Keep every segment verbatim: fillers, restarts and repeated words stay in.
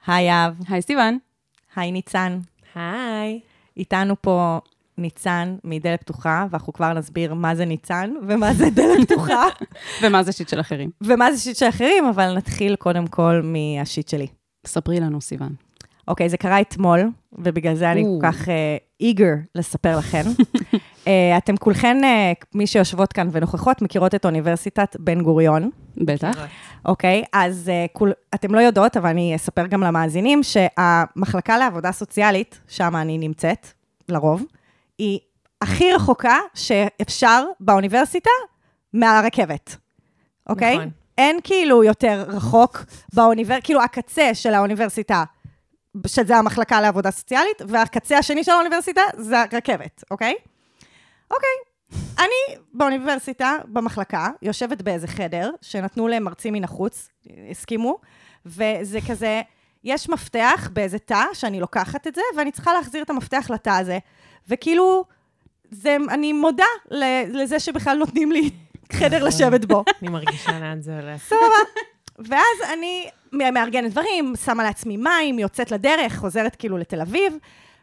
היי אב. היי סיוון. היי ניצן. היי. איתנו פה ניצן מדלת פתוחה, ואנחנו כבר נסביר מה זה ניצן ומה זה דלת פתוחה. ומה זה שיט של אחרים. ומה זה שיט של אחרים, אבל נתחיל קודם כל מהשיט שלי. ספרי לנו, סיוון. אוקיי, זה קרה אתמול, ובגלל זה אני כל כך איגר לספר לכם. אתם כולכן, מי שיושבות כאן ונוכחות, מכירות את אוניברסיטת בן גוריון. בטח. אוקיי, אז אתם לא יודעות, אבל אני אספר גם למאזינים, שהמחלקה לעבודה סוציאלית, שם אני נמצאת, לרוב, היא הכי רחוקה שאפשר באוניברסיטה מהרכבת. אוקיי? נכון. אין כאילו יותר רחוק באוניברסיטה, כאילו הקצה של האוניברסיטה, שזה המחלקה לעבודה סוציאלית, והקצה השני של האוניברסיטה זה הרכבת, אוקיי? אוקיי. אני באוניברסיטה, במחלקה, יושבת באיזה חדר, שנתנו להם מרצים מן החוץ, הסכימו, וזה כזה, יש מפתח באיזה תא, שאני לוקחת את זה, ואני צריכה להחזיר את המפתח לתא הזה, וכאילו, זה, אני מודה לזה שבכלל נותנים לי חדר לשבת בו. אני מרגישה לאן זה הולך. סבבה. ואז אני מארגנת דברים, שמה לעצמי מים, יוצאת לדרך, חוזרת כאילו לתל אביב,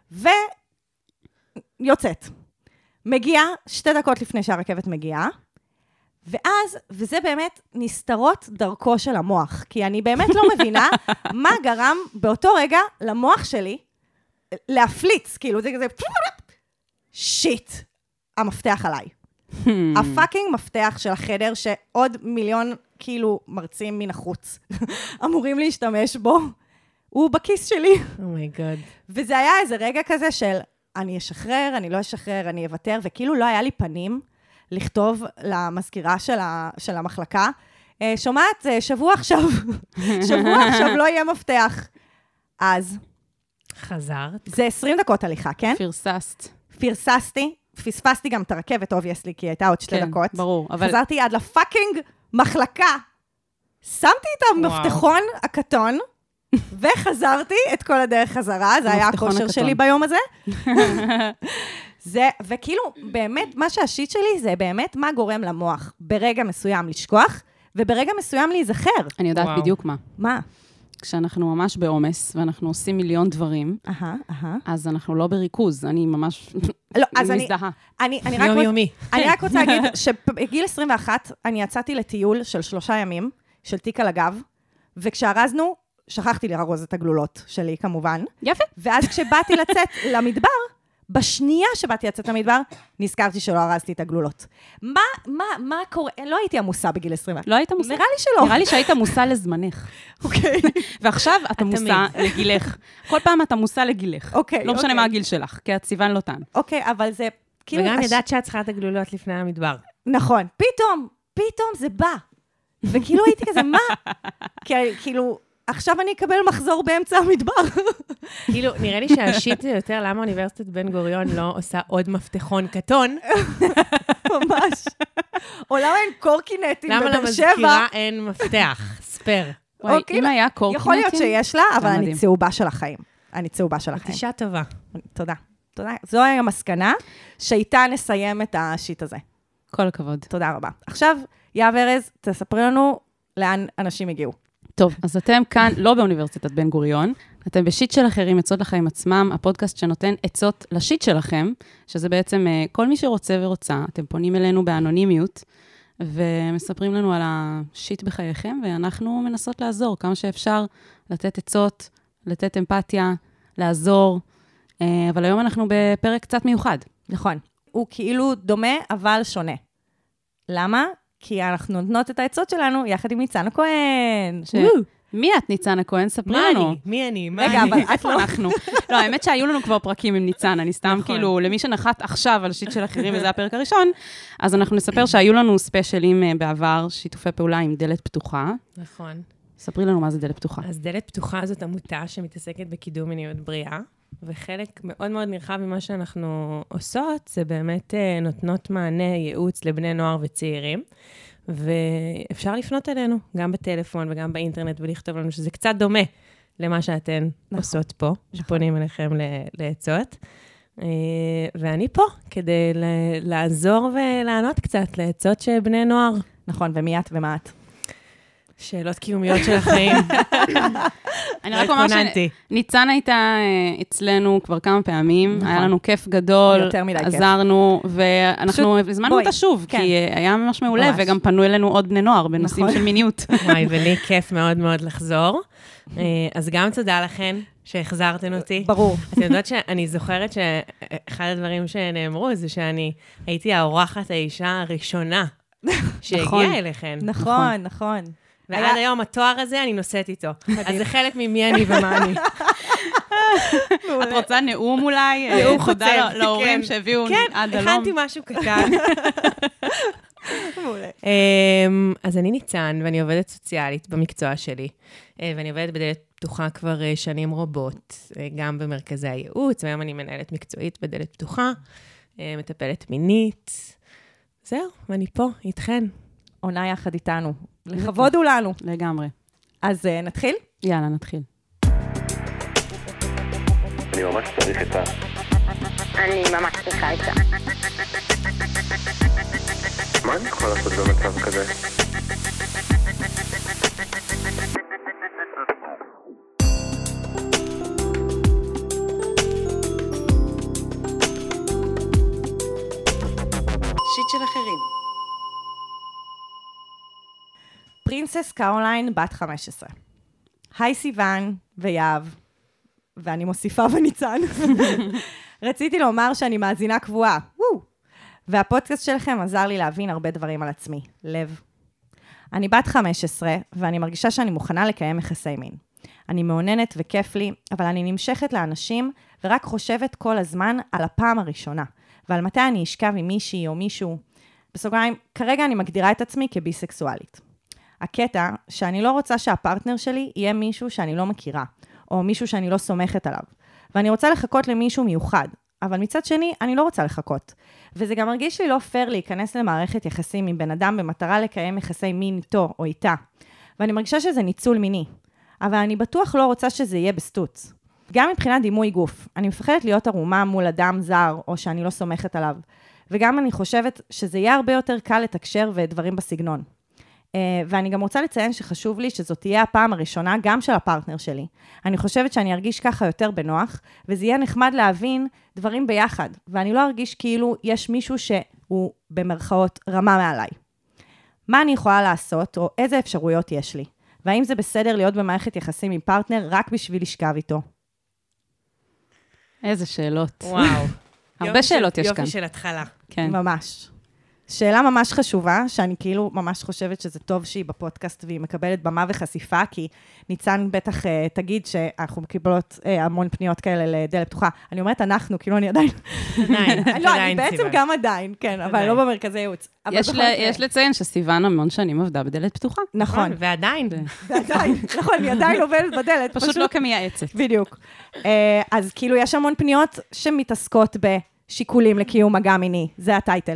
ויוצאת. מגיעה, שתי דקות לפני שהרכבת מגיעה, ואז, וזה באמת נסתרות דרכו של המוח, כי אני באמת לא מבינה מה גרם באותו רגע למוח שלי להפליץ, כאילו זה כזה, שיט, המפתח עליי. הפאקינג מפתח של החדר שעוד מיליון כאילו מרצים מן החוץ אמורים להשתמש בו, הוא בכיס שלי. אומייגוד. וזה היה איזה רגע כזה של אני אשחרר, אני לא אשחרר, אני אוותר, וכאילו לא היה לי פנים לכתוב למזכירה של, ה, של המחלקה, שומעת, שבוע עכשיו, שבוע עכשיו לא יהיה מפתח. אז. חזרת. זה עשרים דקות הליכה, כן? פרססת. פרססתי. פספסתי גם את הרכבת, אובייסלי, כי הייתה עוד שתי כן, דקות. ברור. אבל... חזרתי עד לפאקינג מחלקה. שמתי את המפתחון וואו. הקטון, וחזרתי את כל הדרך חזרה. זה היה הכושר הקטון. שלי ביום הזה. זה, וכאילו, באמת, מה שהשיט שלי זה באמת מה גורם למוח ברגע מסוים לשכוח, וברגע מסוים להיזכר. אני יודעת וואו. בדיוק מה. מה? כשאנחנו ממש בעומס, ואנחנו עושים מיליון דברים, Aha, aha. אז אנחנו לא בריכוז, אני ממש לא, אז מזדהה. אני, אני, אני יום רק יומי. אני רק רוצה להגיד שבגיל עשרים ואחת, אני יצאתי לטיול של שלושה ימים, של תיק על הגב, וכשהרזנו, שכחתי לרז את הגלולות שלי, כמובן. יפה. ואז כשבאתי לצאת למדבר, בשנייה שבאתי לצאת למדבר, נזכרתי שלא הרזתי את הגלולות. מה, מה, מה קורה? לא הייתי עמוסה בגיל עשרים ואחת. לא היית עמוסה? נראה לי שלא. נראה לי שהיית עמוסה לזמנך. אוקיי. ועכשיו את עמוסה לגילך. כל פעם את עמוסה לגילך. אוקיי. לא משנה מה הגיל שלך, כי את סיוון לא טען. אוקיי, אבל זה כאילו... וגם ידעת שאת צריכה את הגלולות לפני המדבר. נכון. פתאום, פתאום זה בא. וכאילו הייתי כזה, מה? כאילו... עכשיו אני אקבל מחזור באמצע המדבר. כאילו, נראה לי שהשיט זה יותר למה אוניברסיטת בן גוריון לא עושה עוד מפתחון קטון. ממש. או למה אין קורקינטים בבאר שבע? למה למזכירה אין מפתח, ספר. וואי, אם היה קורקינטים... יכול להיות שיש לה, אבל אני צהובה של החיים. אני צהובה של החיים. אישה טובה. תודה. תודה. זו היה המסקנה, שאיתה נסיים את השיט הזה. כל הכבוד. תודה רבה. עכשיו, יהב ארז, תספרי לנו לאן אנשים הגיעו. טוב, אז אתם כאן לא באוניברסיטת בן גוריון, אתם בשיט של אחרים, עצות לחיים עצמם, הפודקאסט שנותן עצות לשיט שלכם, שזה בעצם כל מי שרוצה ורוצה, אתם פונים אלינו באנונימיות, ומספרים לנו על השיט בחייכם, ואנחנו מנסות לעזור כמה שאפשר, לתת עצות, לתת אמפתיה, לעזור, אבל היום אנחנו בפרק קצת מיוחד. נכון. הוא כאילו דומה, אבל שונה. למה? כי אנחנו נותנות את העצות שלנו יחד עם ניצן הכהן. ש... מי את, ניצן הכהן? ספרי לנו. מה אני? מי אני? מה רגע, אני? אבל את איפה לא. אנחנו? לא, האמת שהיו לנו כבר פרקים עם ניצן, אני סתם כאילו, למי שנחת עכשיו על שיט של אחרים, וזה הפרק הראשון, אז אנחנו נספר שהיו לנו ספיישלים בעבר, שיתופי פעולה עם דלת פתוחה. נכון. ספרי לנו מה זה דלת פתוחה. אז דלת פתוחה זאת עמותה שמתעסקת בקידום מיניות בריאה, וחלק מאוד מאוד נרחב ממה שאנחנו עושות, זה באמת נותנות מענה, ייעוץ לבני נוער וצעירים, ואפשר לפנות אלינו, גם בטלפון וגם באינטרנט, ולכתוב לנו שזה קצת דומה למה שאתן נכון. עושות פה, נכון. שפונים אליכם לעצות. ואני פה כדי לעזור ולענות קצת לעצות שבני נוער. נכון, ומי את ומה את? שאלות קיומיות של החיים. אני רק אומר שניצן הייתה אצלנו כבר כמה פעמים, היה לנו כיף גדול, יותר מדי כיף. עזרנו, ואנחנו הזמנו אותה שוב, כי היה ממש מעולה, וגם פנו אלינו עוד בני נוער בנושאים של מיניות. וואי, ולי כיף מאוד מאוד לחזור. אז גם תודה לכן שהחזרתן אותי. ברור. אתם יודעות שאני זוכרת שאחד הדברים שנאמרו זה שאני הייתי האורחת האישה הראשונה שהגיעה אליכן. נכון, נכון. ועד היום התואר הזה אני נושאת איתו. אז זה חלק ממי אני ומה אני. את רוצה נאום אולי? נאום חוצב. תודה להורים שהביאו עד הלום. כן, הכנתי משהו קטן. אז אני ניצן, ואני עובדת סוציאלית במקצוע שלי, ואני עובדת בדלת פתוחה כבר שנים רבות, גם במרכזי הייעוץ, והיום אני מנהלת מקצועית בדלת פתוחה, מטפלת מינית. זהו, ואני פה, איתכן. עונה יחד איתנו. לכבוד הוא לנו. לגמרי. אז נתחיל? יאללה, נתחיל. אני ממש צריך את ה... אני ממש צריכה את ה... מה אני יכול לעשות במצב כזה? שיט של אחרים. פרינסס קרוליין, בת חמש עשרה. היי סיוון ויהב, ואני מוסיפה וניצן. רציתי לומר שאני מאזינה קבועה, וואו. והפודקאסט שלכם עזר לי להבין הרבה דברים על עצמי, לב. אני בת חמש עשרה, ואני מרגישה שאני מוכנה לקיים יחסי מין. אני מעוננת וכיף לי, אבל אני נמשכת לאנשים, ורק חושבת כל הזמן על הפעם הראשונה, ועל מתי אני אשכב עם מישהי או מישהו. בסוגריים, כרגע אני מגדירה את עצמי כביסקסואלית. הקטע שאני לא רוצה שהפרטנר שלי יהיה מישהו שאני לא מכירה, או מישהו שאני לא סומכת עליו. ואני רוצה לחכות למישהו מיוחד, אבל מצד שני, אני לא רוצה לחכות. וזה גם מרגיש לי לא פייר להיכנס למערכת יחסים עם בן אדם במטרה לקיים יחסי מין איתו או איתה. ואני מרגישה שזה ניצול מיני. אבל אני בטוח לא רוצה שזה יהיה בסטוץ. גם מבחינת דימוי גוף, אני מפחדת להיות ערומה מול אדם זר, או שאני לא סומכת עליו. וגם אני חושבת שזה יהיה הרבה יותר קל לתקשר ודברים בסגנון. Uh, ואני גם רוצה לציין שחשוב לי שזאת תהיה הפעם הראשונה גם של הפרטנר שלי. אני חושבת שאני ארגיש ככה יותר בנוח, וזה יהיה נחמד להבין דברים ביחד, ואני לא ארגיש כאילו יש מישהו שהוא במרכאות רמה מעליי. מה אני יכולה לעשות, או איזה אפשרויות יש לי? והאם זה בסדר להיות במערכת יחסים עם פרטנר רק בשביל לשכב איתו? איזה שאלות. וואו. הרבה שאלות יש כאן. יופי של התחלה. כן. ממש. שאלה ממש חשובה, שאני כאילו ממש חושבת שזה טוב שהיא בפודקאסט והיא מקבלת במה וחשיפה, כי ניצן בטח uh, תגיד שאנחנו מקבלות uh, המון פניות כאלה לדלת פתוחה. אני אומרת אנחנו, כאילו אני עדיין... עדיין, לא, אני בעצם גם עדיין, כן, אבל לא במרכזי ייעוץ. יש לציין שסיוון המון שנים עבדה בדלת פתוחה. נכון. ועדיין. ועדיין, נכון, אני עדיין עובדת בדלת. פשוט לא כמייעצת. בדיוק. אז כאילו יש המון פניות שמתעסקות ב... שיקולים לקיום מגע מיני, זה הטייטל.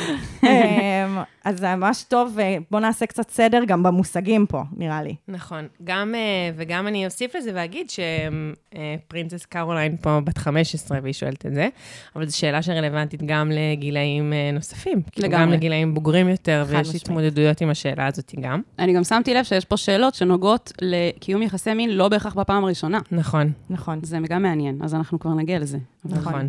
אז זה ממש טוב, ובוא נעשה קצת סדר גם במושגים פה, נראה לי. נכון, גם, וגם אני אוסיף לזה ואגיד שפרינסס קרוליין פה בת חמש עשרה, והיא שואלת את זה, אבל זו שאלה שרלוונטית גם לגילאים נוספים, גם לגילאים בוגרים יותר, ויש התמודדויות עם השאלה הזאת גם. אני גם שמתי לב שיש פה שאלות שנוגעות לקיום יחסי מין, לא בהכרח בפעם הראשונה. נכון. נכון. זה גם מעניין, אז אנחנו כבר נגיע לזה. נכון.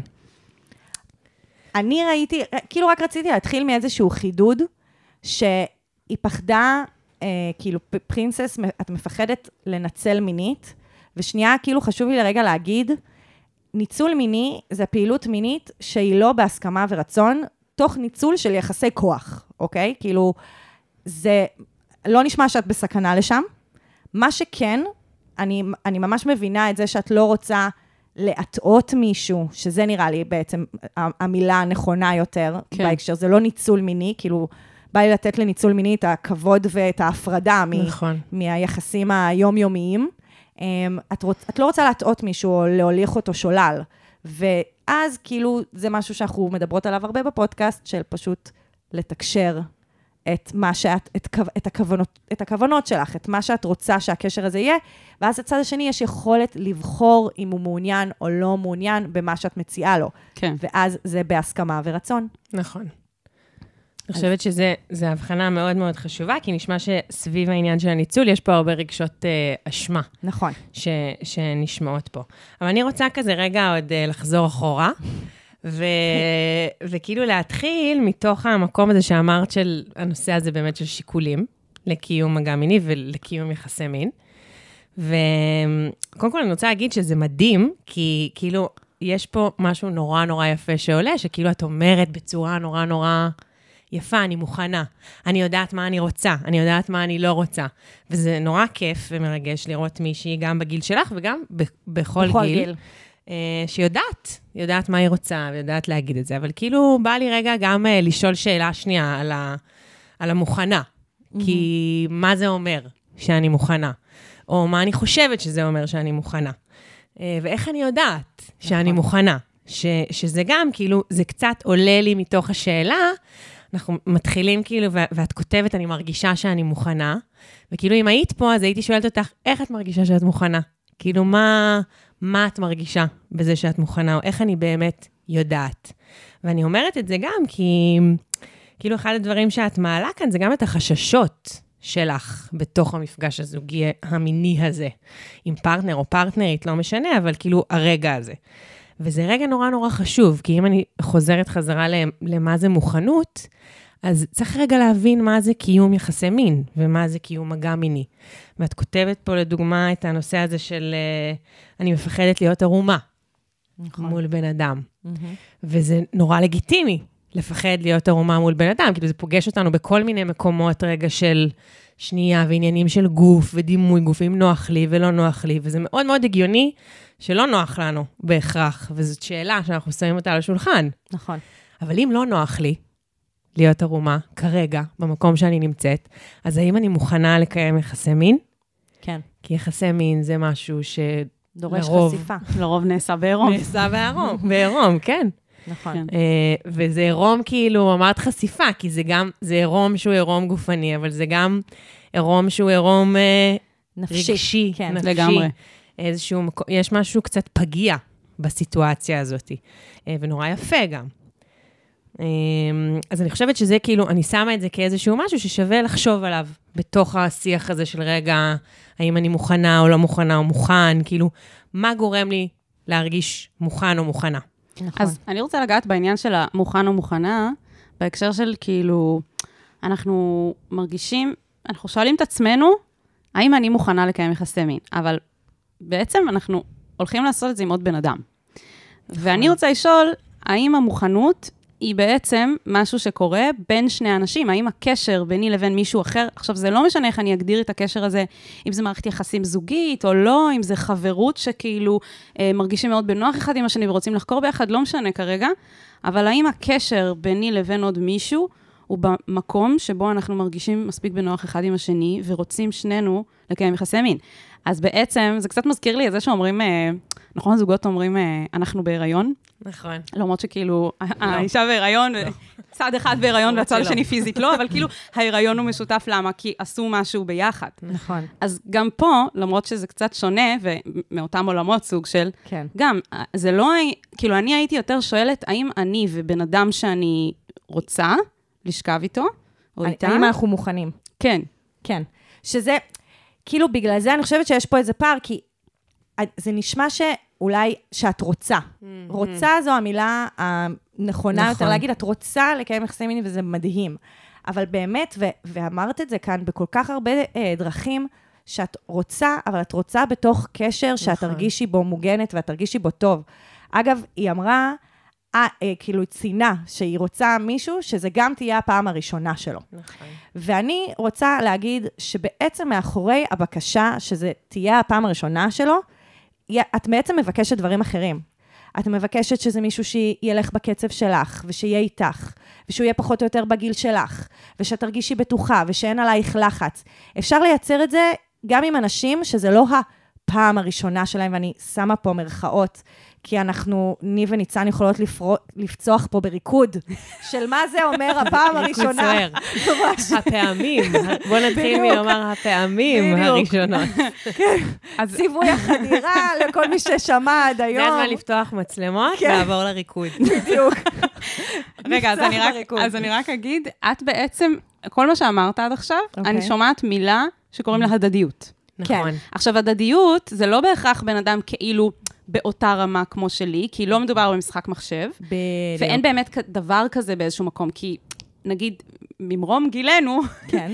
אני ראיתי, כאילו רק רציתי להתחיל מאיזשהו חידוד, שהיא פחדה, אה, כאילו פרינסס, את מפחדת לנצל מינית, ושנייה, כאילו חשוב לי לרגע להגיד, ניצול מיני זה פעילות מינית שהיא לא בהסכמה ורצון, תוך ניצול של יחסי כוח, אוקיי? כאילו, זה לא נשמע שאת בסכנה לשם. מה שכן, אני, אני ממש מבינה את זה שאת לא רוצה להטעות מישהו, שזה נראה לי בעצם המילה הנכונה יותר, כן. בהקשר, זה לא ניצול מיני, כאילו, בא לי לתת לניצול מיני את הכבוד ואת ההפרדה נכון. מ- מהיחסים היומיומיים. את, רוצ, את לא רוצה להטעות מישהו או להוליך אותו שולל, ואז כאילו זה משהו שאנחנו מדברות עליו הרבה בפודקאסט, של פשוט לתקשר את מה שאת, את, את, הכוונות, את הכוונות שלך, את מה שאת רוצה שהקשר הזה יהיה, ואז הצד השני יש יכולת לבחור אם הוא מעוניין או לא מעוניין במה שאת מציעה לו. כן. ואז זה בהסכמה ורצון. נכון. אני חושבת שזו הבחנה מאוד מאוד חשובה, כי נשמע שסביב העניין של הניצול, יש פה הרבה רגשות אה, אשמה. נכון. ש, שנשמעות פה. אבל אני רוצה כזה רגע עוד אה, לחזור אחורה, ו, וכאילו להתחיל מתוך המקום הזה שאמרת של הנושא הזה באמת של שיקולים, לקיום מגע מיני ולקיום יחסי מין. וקודם כל אני רוצה להגיד שזה מדהים, כי כאילו יש פה משהו נורא נורא יפה שעולה, שכאילו את אומרת בצורה נורא נורא יפה, אני מוכנה, אני יודעת מה אני רוצה, אני יודעת מה אני לא רוצה. וזה נורא כיף ומרגש לראות מישהי גם בגיל שלך וגם ב- בכל, בכל גיל, גיל. אה, שיודעת, יודעת מה היא רוצה ויודעת להגיד את זה. אבל כאילו בא לי רגע גם אה, לשאול שאלה שנייה על, ה- על המוכנה. Mm-hmm. כי מה זה אומר שאני מוכנה? או מה אני חושבת שזה אומר שאני מוכנה? אה, ואיך אני יודעת נכון. שאני מוכנה? ש- שזה גם כאילו, זה קצת עולה לי מתוך השאלה, אנחנו מתחילים כאילו, ואת כותבת, אני מרגישה שאני מוכנה, וכאילו אם היית פה, אז הייתי שואלת אותך, איך את מרגישה שאת מוכנה? כאילו, מה, מה את מרגישה בזה שאת מוכנה, או איך אני באמת יודעת? ואני אומרת את זה גם, כי כאילו אחד הדברים שאת מעלה כאן, זה גם את החששות שלך בתוך המפגש הזוגי המיני הזה, עם פרטנר או פרטנרית, לא משנה, אבל כאילו הרגע הזה. וזה רגע נורא נורא חשוב, כי אם אני חוזרת חזרה למה זה מוכנות, אז צריך רגע להבין מה זה קיום יחסי מין, ומה זה קיום מגע מיני. ואת כותבת פה לדוגמה את הנושא הזה של, אני מפחדת להיות ערומה, נכון. מול בן אדם. Mm-hmm. וזה נורא לגיטימי, לפחד להיות ערומה מול בן אדם, כאילו זה פוגש אותנו בכל מיני מקומות רגע של שנייה, ועניינים של גוף, ודימוי גוף, אם נוח לי ולא נוח לי, וזה מאוד מאוד הגיוני, שלא נוח לנו בהכרח, וזאת שאלה שאנחנו שמים אותה על השולחן. נכון. אבל אם לא נוח לי להיות ערומה כרגע, במקום שאני נמצאת, אז האם אני מוכנה לקיים יחסי מין? כן. כי יחסי מין זה משהו שלרוב... דורש חשיפה. לרוב נעשה בעירום. נעשה בעירום, בעירום, כן. נכון. וזה עירום כאילו, אמרת חשיפה, כי זה גם, זה עירום שהוא עירום גופני, אבל זה גם עירום שהוא עירום נפשי. רגשי, כן, נפשי. לגמרי. איזשהו, יש משהו קצת פגיע בסיטואציה הזאת, ונורא יפה גם. אז אני חושבת שזה כאילו, אני שמה את זה כאיזשהו משהו ששווה לחשוב עליו, בתוך השיח הזה של רגע, האם אני מוכנה או לא מוכנה או מוכן, כאילו, מה גורם לי להרגיש מוכן או מוכנה? נכון. אז אני רוצה לגעת בעניין של המוכן או מוכנה, בהקשר של כאילו, אנחנו מרגישים, אנחנו שואלים את עצמנו, האם אני מוכנה לקיים יחסי מין? אבל בעצם אנחנו הולכים לעשות את זה עם עוד בן אדם. ואני רוצה לשאול, האם המוכנות היא בעצם משהו שקורה בין שני אנשים? האם הקשר ביני לבין מישהו אחר, עכשיו זה לא משנה איך אני אגדיר את הקשר הזה, אם זה מערכת יחסים זוגית או לא, אם זה חברות שכאילו אה, מרגישים מאוד בנוח אחד עם השני ורוצים לחקור ביחד, לא משנה כרגע, אבל האם הקשר ביני לבין עוד מישהו, הוא במקום שבו אנחנו מרגישים מספיק בנוח אחד עם השני, ורוצים שנינו לקיים יחסי מין. אז בעצם, זה קצת מזכיר לי את זה שאומרים, נכון, הזוגות אומרים, אנחנו בהיריון. נכון. למרות שכאילו, האישה בהיריון, צד אחד בהיריון והצד השני פיזית לא, אבל כאילו, ההיריון הוא משותף, למה? כי עשו משהו ביחד. נכון. אז גם פה, למרות שזה קצת שונה, ומאותם עולמות סוג של, גם, זה לא, כאילו, אני הייתי יותר שואלת, האם אני ובן אדם שאני רוצה, לשכב איתו, או איתה. האם אנחנו מוכנים? כן. כן. שזה, כאילו בגלל זה אני חושבת שיש פה איזה פער, כי זה נשמע שאולי שאת רוצה. רוצה זו המילה הנכונה יותר להגיד, את רוצה לקיים יחסי מיני וזה מדהים. אבל באמת, ואמרת את זה כאן בכל כך הרבה דרכים, שאת רוצה, אבל את רוצה בתוך קשר שאת תרגישי בו מוגנת ואת תרגישי בו טוב. אגב, היא אמרה, אה, אה, כאילו היא ציינה שהיא רוצה מישהו שזה גם תהיה הפעם הראשונה שלו. נכון. ואני רוצה להגיד שבעצם מאחורי הבקשה שזה תהיה הפעם הראשונה שלו, את בעצם מבקשת דברים אחרים. את מבקשת שזה מישהו שילך בקצב שלך, ושיהיה איתך, ושהוא יהיה פחות או יותר בגיל שלך, ושאת תרגישי בטוחה, ושאין עלייך לחץ. אפשר לייצר את זה גם עם אנשים שזה לא הפעם הראשונה שלהם, ואני שמה פה מרכאות, כי אנחנו, ני וניצן יכולות לפרו, לפצוח פה בריקוד, של מה זה אומר הפעם הראשונה. הפעמים, בוא נתחיל מלומר הפעמים הראשונות. אז ציווי החדירה לכל מי ששמע עד היום. זה הזמן לפתוח מצלמות, לעבור לריקוד. בדיוק. רגע, אז נפצח אני רק- בריקוד. אז אני רק אגיד, את בעצם, כל מה שאמרת עד עכשיו, אוקיי. אני שומעת מילה שקוראים לה הדדיות. נכון. עכשיו, הדדיות זה לא בהכרח בן אדם כאילו באותה רמה כמו שלי, כי לא מדובר במשחק מחשב, ואין באמת כ- דבר כזה באיזשהו מקום, כי נגיד, ממרום גילנו, כן.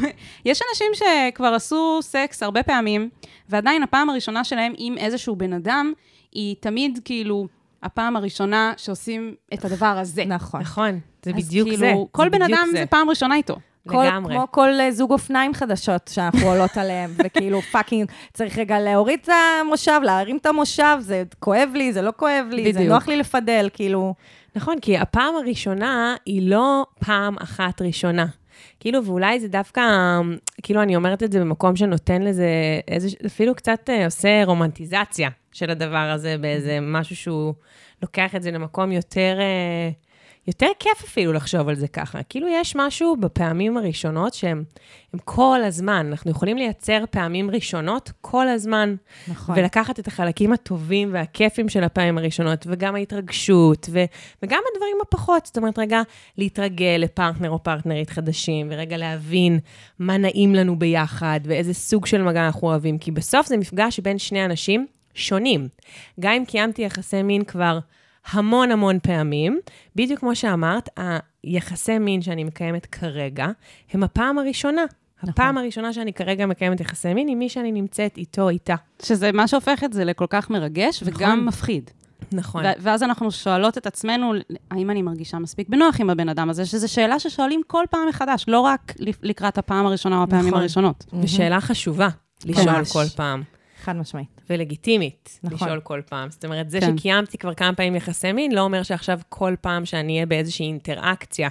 יש אנשים שכבר עשו סקס הרבה פעמים, ועדיין הפעם הראשונה שלהם עם איזשהו בן אדם, היא תמיד כאילו הפעם הראשונה שעושים את הדבר הזה. נכון. נכון, זה אז בדיוק זה. כאילו, כל זה בן בדיוק אדם זה פעם ראשונה איתו. כל, לגמרי. כמו כל אה, זוג אופניים חדשות שאנחנו עולות עליהם, וכאילו פאקינג, צריך רגע להוריד את המושב, להרים את המושב, זה כואב לי, זה לא כואב לי, זה בדיוק. נוח לי לפדל, כאילו... נכון, כי הפעם הראשונה היא לא פעם אחת ראשונה. כאילו, ואולי זה דווקא, כאילו אני אומרת את זה במקום שנותן לזה, איזה, אפילו קצת אה, עושה רומנטיזציה של הדבר הזה, באיזה משהו שהוא לוקח את זה למקום יותר, אה, יותר כיף אפילו לחשוב על זה ככה. כאילו יש משהו בפעמים הראשונות שהם הם כל הזמן, אנחנו יכולים לייצר פעמים ראשונות כל הזמן, נכון. ולקחת את החלקים הטובים והכיפים של הפעמים הראשונות, וגם ההתרגשות, ו, וגם הדברים הפחות, זאת אומרת, רגע להתרגל לפרטנר או פרטנרית חדשים, ורגע להבין מה נעים לנו ביחד, ואיזה סוג של מגע אנחנו אוהבים, כי בסוף זה מפגש בין שני אנשים שונים. גם אם קיימתי יחסי מין כבר המון המון פעמים, בדיוק כמו שאמרת, היחסי מין שאני מקיימת כרגע, הם הפעם הראשונה. הפעם הראשונה שאני כרגע מקיימת יחסי מין, היא מי שאני נמצאת איתו, איתה. שזה מה שהופך את זה לכל כך מרגש, וגם מפחיד. נכון. ו- ואז אנחנו שואלות את עצמנו, האם אני מרגישה מספיק בנוח עם הבן אדם הזה, שזו שאלה ששואלים כל פעם מחדש, לא רק לקראת הפעם הראשונה או הפעמים נכון. הראשונות. ושאלה חשובה, לשאול ממש. כל פעם. חד משמעית. ולגיטימית, נכון. לשאול כל פעם. זאת אומרת, זה כן. שקיימתי כבר כמה פעמים יחסי מין, לא אומר שעכשיו כל פעם שאני אהיה באיזושהי אינטראקציה,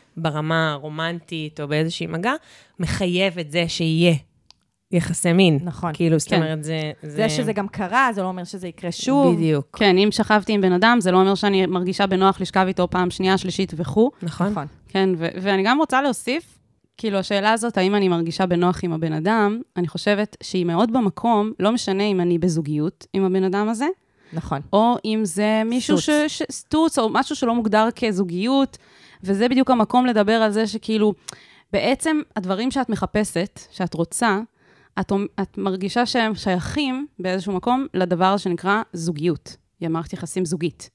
ברמה הרומנטית או באיזושהי מגע, מחייב את זה שיהיה יחסי מין. נכון. כאילו, זאת כן. אומרת, זה... זה שזה גם קרה, זה לא אומר שזה יקרה שוב. בדיוק. כן, אם שכבתי עם בן אדם, זה לא אומר שאני מרגישה בנוח לשכב איתו פעם שנייה, שלישית וכו'. נכון? נכון. כן, ו- ואני גם רוצה להוסיף, כאילו, השאלה הזאת, האם אני מרגישה בנוח עם הבן אדם, אני חושבת שהיא מאוד במקום, לא משנה אם אני בזוגיות עם הבן אדם הזה, נכון. או אם זה מישהו ש... ש... סטוץ, או משהו שלא מוגדר כזוגיות, וזה בדיוק המקום לדבר על זה שכאילו, בעצם הדברים שאת מחפשת, שאת רוצה, את, את מרגישה שהם שייכים באיזשהו מקום לדבר שנקרא זוגיות, היא מערכת יחסים זוגית.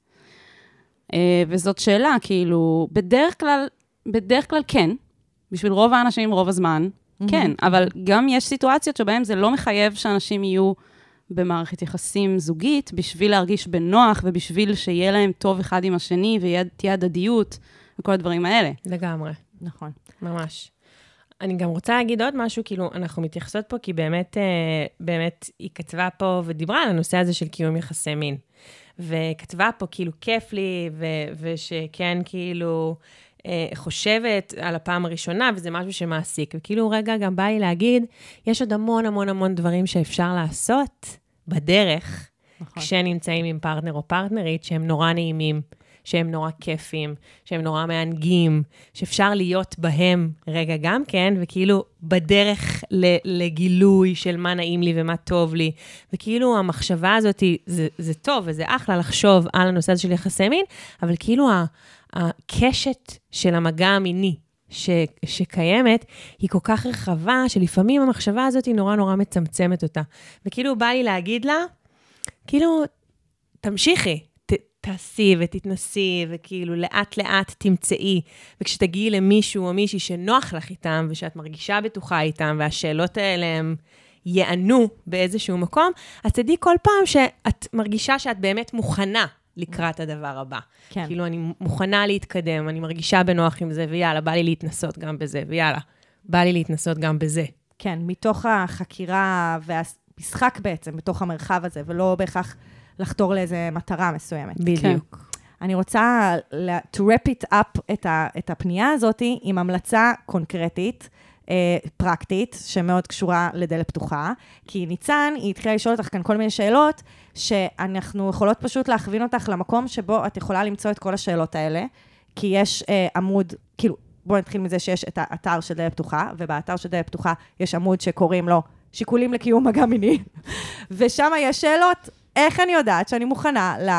וזאת שאלה, כאילו, בדרך כלל, בדרך כלל כן, בשביל רוב האנשים רוב הזמן, כן, אבל גם יש סיטואציות שבהן זה לא מחייב שאנשים יהיו במערכת יחסים זוגית, בשביל להרגיש בנוח ובשביל שיהיה להם טוב אחד עם השני, ותהיה הדדיות וכל הדברים האלה. לגמרי. נכון. ממש. אני גם רוצה להגיד עוד משהו, כאילו, אנחנו מתייחסות פה, כי באמת, באמת, היא כתבה פה ודיברה על הנושא הזה של קיום יחסי מין. וכתבה פה, כאילו, כיף לי, ו- ושכן, כאילו, חושבת על הפעם הראשונה, וזה משהו שמעסיק. וכאילו, רגע, גם בא לי להגיד, יש עוד המון המון המון דברים שאפשר לעשות בדרך, נכון. כשנמצאים עם פרטנר או פרטנרית, שהם נורא נעימים, שהם נורא כיפים, שהם נורא מענגים, שאפשר להיות בהם רגע גם כן, וכאילו בדרך לגילוי של מה נעים לי ומה טוב לי, וכאילו המחשבה הזאת, זה, זה טוב וזה אחלה לחשוב על הנושא הזה של יחסי מין, אבל כאילו הקשת של המגע המיני ש, שקיימת, היא כל כך רחבה, שלפעמים המחשבה הזאת היא נורא נורא מצמצמת אותה. וכאילו בא לי להגיד לה, כאילו, תמשיכי, ת, תעשי ותתנסי, וכאילו לאט לאט תמצאי, וכשתגיעי למישהו או מישהי שנוח לך איתם, ושאת מרגישה בטוחה איתם, והשאלות האלה הם יענו באיזשהו מקום, אז תדעי כל פעם שאת מרגישה שאת באמת מוכנה לקראת הדבר הבא. כן. כאילו אני מוכנה להתקדם, אני מרגישה בנוח עם זה, ויאללה, בא לי להתנסות גם בזה, ויאללה, בא לי להתנסות גם בזה. כן, מתוך החקירה והמשחק בעצם, בתוך המרחב הזה, ולא בהכרח לחתור לאיזה מטרה מסוימת. בדיוק. אני רוצה to wrap it up את, ה, את הפנייה הזאת עם המלצה קונקרטית, אה, פרקטית, שמאוד קשורה לדלת פתוחה, כי ניצן, היא התחילה לשאול אותך כאן כל מיני שאלות, שאנחנו יכולות פשוט להכווין אותך למקום שבו את יכולה למצוא את כל השאלות האלה, כי יש אה, עמוד, כאילו, בואו נתחיל מזה שיש את האתר של דלת פתוחה, ובאתר של דלת פתוחה יש עמוד שקוראים לו שיקולים לקיום מגע מיני, ושם יש שאלות, איך אני יודעת שאני מוכנה ל...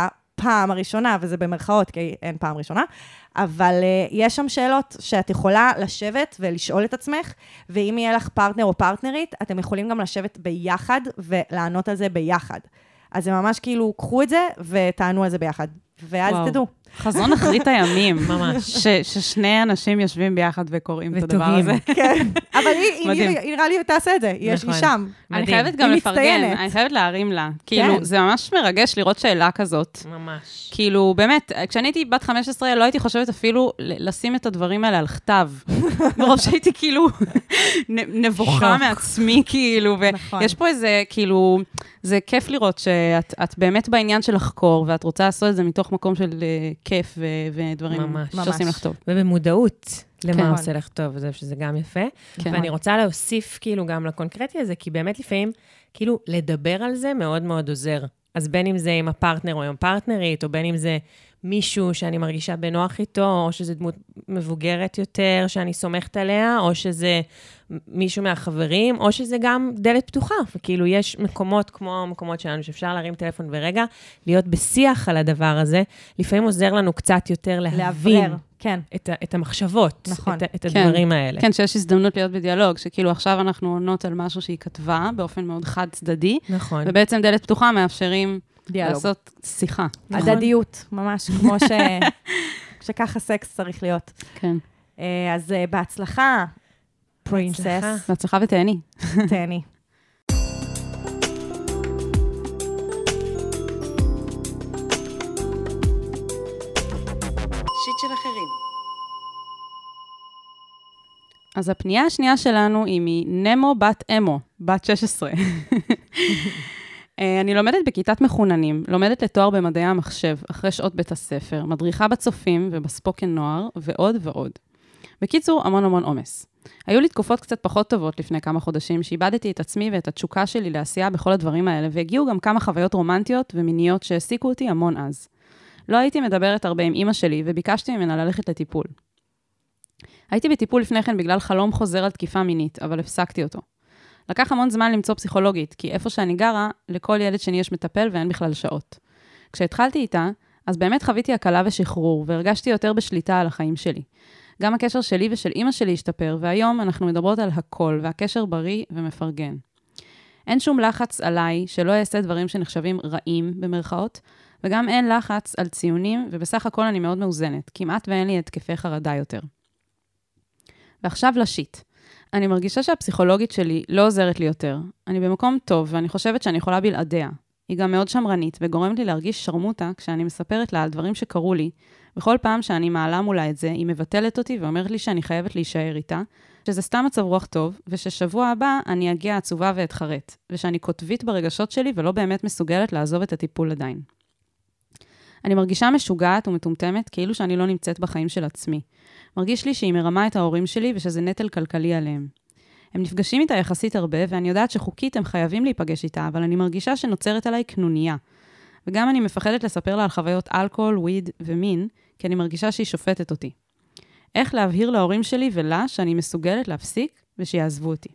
הפעם הראשונה, וזה במרכאות, כי אין פעם ראשונה, אבל uh, יש שם שאלות שאת יכולה לשבת ולשאול את עצמך, ואם יהיה לך פרטנר או פרטנרית, אתם יכולים גם לשבת ביחד ולענות על זה ביחד. אז זה ממש כאילו, קחו את זה ותענו על זה ביחד. ואז וואו. תדעו. חזון אחרית הימים. ממש. ש- ששני אנשים יושבים ביחד וקוראים את הדבר הזה. כן. אבל היא, מדהים. היא, היא נראה לי תעשה את זה. יש היא נכון. שם. אני מדהים. חייבת גם היא לפרגן, מצטיינת. אני חייבת להרים לה. כאילו, כן. זה ממש מרגש לראות שאלה כזאת. ממש. כאילו, באמת, כשאני הייתי בת חמש עשרה, לא הייתי חושבת אפילו ל- לשים את הדברים האלה על כתב. ברוב שהייתי כאילו נ- נבוכה שוק. מעצמי, כאילו, נכון. ויש פה איזה, כאילו, זה כיף לראות שאת את באמת בעניין של לחקור, ואת רוצה לעשות את זה מתוך מקום של אה, כיף ו- ודברים ממש. שעושים ממש. לך טוב. ובמודעות למה כן. עושה לך טוב, זה שזה גם יפה. כן. ואני רוצה להוסיף כאילו גם לקונקרטי הזה, כי באמת לפעמים, כאילו, לדבר על זה מאוד מאוד עוזר. אז בין אם זה עם הפרטנר או עם פרטנרית, או בין אם זה מישהו שאני מרגישה בנוח איתו, או שזה דמות מבוגרת יותר שאני סומכת עליה, או שזה מישהו מהחברים, או שזה גם דלת פתוחה. וכאילו יש מקומות כמו מקומות שלנו, שאפשר להרים טלפון ברגע, להיות בשיח על הדבר הזה, לפעמים עוזר לנו קצת יותר להבין לאוורר. כן. את, ה- את המחשבות, נכון. את, ה- את הדברים האלה. כן, שיש הזדמנות להיות בדיאלוג, שכאילו עכשיו אנחנו עונות על משהו שהיא כתבה, באופן מאוד חד צדדי, נכון. ובעצם דלת פתוחה מאפשרים דיאלוג. לעשות שיחה. הדדיות, ממש, כמו ש... שככה סקס צריך להיות. כן. אה, אז אה, בהצלחה, פרינסס, בהצלחה. בהצלחה ותהני. תהני. שיט של אחרים. אז הפנייה השנייה שלנו היא מנמו בת אמו, בת שש עשרה. אני לומדת בכיתת מחוננים, לומדת לתואר במדעי המחשב, אחרי שעות בית הספר, מדריכה בצופים ובספוקן נוער, ועוד ועוד. בקיצור, המון המון עומס. היו לי תקופות קצת פחות טובות לפני כמה חודשים, שאיבדתי את עצמי ואת התשוקה שלי לעשייה בכל הדברים האלה, והגיעו גם כמה חוויות רומנטיות ומיניות שהעסיקו אותי המון אז. לא הייתי מדברת הרבה עם אמא שלי, וביקשתי ממנה ללכת לטיפול. הייתי בטיפול לפני כן בגלל חלום חוזר על תקיפה מינית, אבל הפסקתי אותו. לקח המון זמן למצוא פסיכולוגית, כי איפה שאני גרה, לכל ילד שני יש מטפל ואין בכלל שעות. כשהתחלתי איתה, אז באמת חוויתי הקלה ושחרור, והרגשתי יותר בשליטה על החיים שלי. גם הקשר שלי ושל אמא שלי השתפר, והיום אנחנו מדברות על הכל, והקשר בריא ומפרגן. אין שום לחץ עליי שלא אעשה דברים שנחשבים רעים במרכאות, וגם אין לחץ על ציונים, ובסך הכל אני מאוד מאוזנת, כמעט ואין לי התקפי חרדה יותר. ועכשיו לשיט. אני מרגישה שהפסיכולוגית שלי לא עוזרת לי יותר. אני במקום טוב, ואני חושבת שאני יכולה בלעדיה. היא גם מאוד שמרנית, וגורמת לי להרגיש שרמוטה כשאני מספרת לה על דברים שקרו לי. בכל פעם שאני מעלה מולה את זה, היא מבטלת אותי ואומרת לי שאני חייבת להישאר איתה, שזה סתם מצב רוח טוב, וששבוע הבא אני אגיע עצובה ואתחרט, ושאני כותבית ברגשות שלי ולא באמת מסוגלת לעזוב את הטיפול עדיין. אני מרגישה משוגעת ומטומטמת, כאילו שאני לא נמצאת בחיים של עצמי. מרגיש לי שהיא מרמה את ההורים שלי ושזה נטל כלכלי עליהם. הם נפגשים איתה יחסית הרבה, ואני יודעת שחוקית הם חייבים להיפגש איתה, אבל אני מרגישה שנוצרת עליי קנוניה. וגם אני מפחדת לספר לה על חוויות אלכוהול, וויד ומין, כי אני מרגישה שהיא שופטת אותי. איך להבהיר להורים שלי ולה שאני מסוגלת להפסיק ושיעזבו אותי.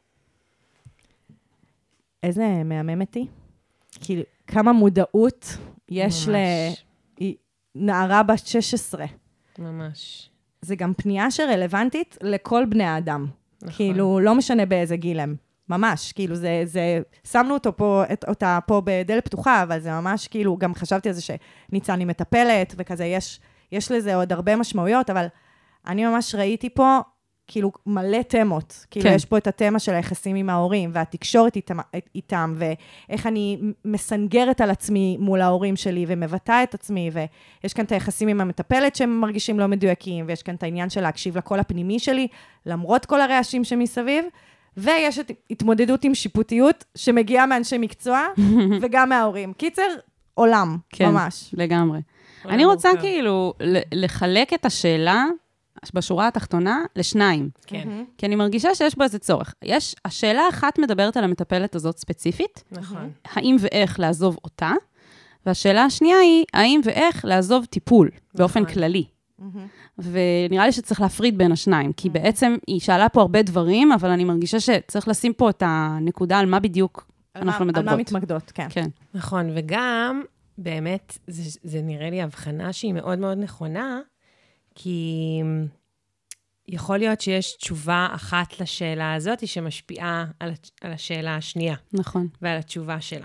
איזה מהממת היא. כאילו, כמה מודעות יש ממש. לנערה בת שש עשרה. ממש. זה גם פנייה שרלוונטית לכל בני האדם. נכון. כאילו, לא משנה באיזה גיל הם. ממש, כאילו, זה, זה, שמנו אותו פה, את, אותה פה בדלת פתוחה, אבל זה ממש, כאילו, גם חשבתי על זה שניצני מטפלת, וכזה, יש, יש לזה עוד הרבה משמעויות, אבל אני ממש ראיתי פה, כאילו, מלא תמות. כאילו, כן. יש פה את התמה של היחסים עם ההורים, והתקשורת איתם, איתם, ואיך אני מסנגרת על עצמי מול ההורים שלי, ומבטא את עצמי, ויש כאן את היחסים עם המטפלת שהם מרגישים לא מדויקים, ויש כאן את העניין של להקשיב לקול הפנימי שלי, למרות כל הרעשים שמסביב, ויש את התמודדות עם שיפוטיות, שמגיעה מאנשי מקצוע, וגם מההורים. קיצר, עולם, כן, ממש. לגמרי. עולם אני רוצה מורכב. כאילו ל- לחלק את השאלה בשורה התחתונה לשניים. כן, כי אני מרגישה שיש בו איזה צורך. יש, השאלה אחת מדברת על המטפלת הזאת ספציפית, נכון. האם ואיך לעזוב אותה, והשאלה השנייה היא, האם ואיך לעזוב טיפול, באופן כללי. ונראה לי שצריך להפריד בין השניים, כי בעצם היא שאלה פה הרבה דברים, אבל אני מרגישה שצריך לשים פה את הנקודה על מה בדיוק על אנחנו מה- מדברות. על מה מתמקדות, כן. כן. נכון, וגם באמת, זה, זה נראה לי הבחנה שהיא מאוד מאוד נכונה, כי יכול להיות שיש תשובה אחת לשאלה הזאת, שמשפיעה על, על השאלה השנייה. נכון. ועל התשובה שלה.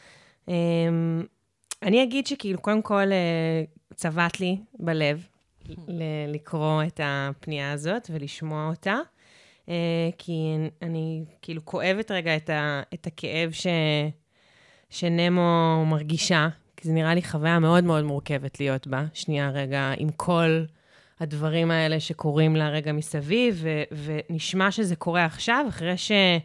אני אגיד שכאילו, קודם כל, צבט לי בלב ל- לקרוא את הפנייה הזאת ולשמוע אותה, כי אני כאילו כואבת רגע את, ה- את הכאב ש- שנמו מרגישה, כי זה נראה לי חוויה מאוד מאוד מורכבת להיות בה, שנייה רגע, עם כל הדברים האלה שקורים לה רגע מסביב, ו- ונשמע שזה קורה עכשיו, אחרי שהיא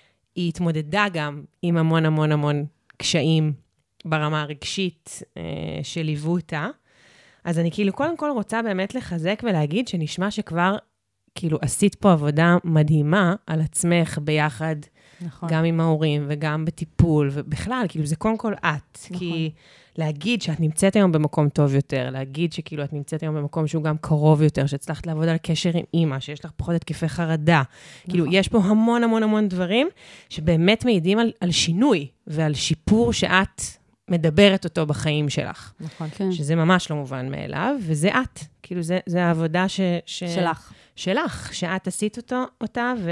התמודדה גם עם המון המון המון קשיים ברמה הרגשית אה, שליוו אותה. אז אני כאילו קודם כל רוצה באמת לחזק ולהגיד שנשמע שכבר כאילו עשית פה עבודה מדהימה על עצמך ביחד, נכון. גם עם ההורים וגם בטיפול, ובכלל, כאילו זה קודם כל את. נכון. כי להגיד שאת נמצאת היום במקום טוב יותר, להגיד שכאילו את נמצאת היום במקום שהוא גם קרוב יותר, שהצלחת לעבוד על קשר עם אמא, שיש לך פחות התקפי חרדה. נכון. כאילו יש פה המון המון המון דברים שבאמת מעידים על, על שינוי ועל שיפור שאת מדברת אותו בחיים שלך. נכון. כן. שזה ממש לא מובן מאליו, וזה את. כאילו זה, זה העבודה ש, ש... שלך. שלך, שאת עשית אותו, אותה, و...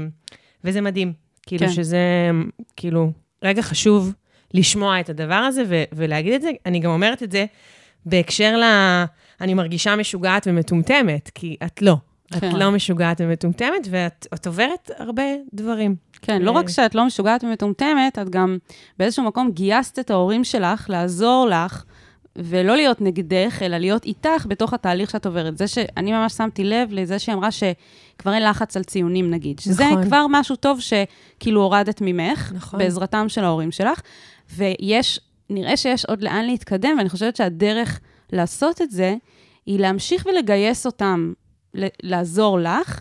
וזה מדהים. כאילו כן. שזה, כאילו, רגע חשוב לשמוע את הדבר הזה ו- ולהגיד את זה. אני גם אומרת את זה בהקשר ל... אני מרגישה משוגעת ומטומטמת, כי את לא. כן. את לא משוגעת ומטומטמת, ואת את עוברת הרבה דברים. כן, לא רק שאת לא משוגעת ומטומטמת, את גם באיזשהו מקום גייסת את ההורים שלך לעזור לך, ולא להיות נגדך, אלא להיות איתך בתוך התהליך שאת עוברת. זה שאני ממש שמתי לב לזה שהיא אמרה שכבר אין לחץ על ציונים, נגיד. שזה נכון. כבר משהו טוב שכאילו הורדת ממך, נכון. בעזרתם של ההורים שלך, ויש, נראה שיש עוד לאן להתקדם, ואני חושבת שהדרך לעשות את זה, היא להמשיך ולגייס אותם, לעזור לך,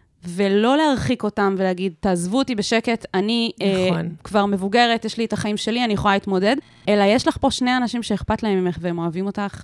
ולא להרחיק אותם ולהגיד, תעזבו אותי בשקט, אני נכון. אה, כבר מבוגרת, יש לי את החיים שלי, אני יכולה להתמודד, אלא יש לך פה שני אנשים שאכפת להם ממך והם אוהבים אותך,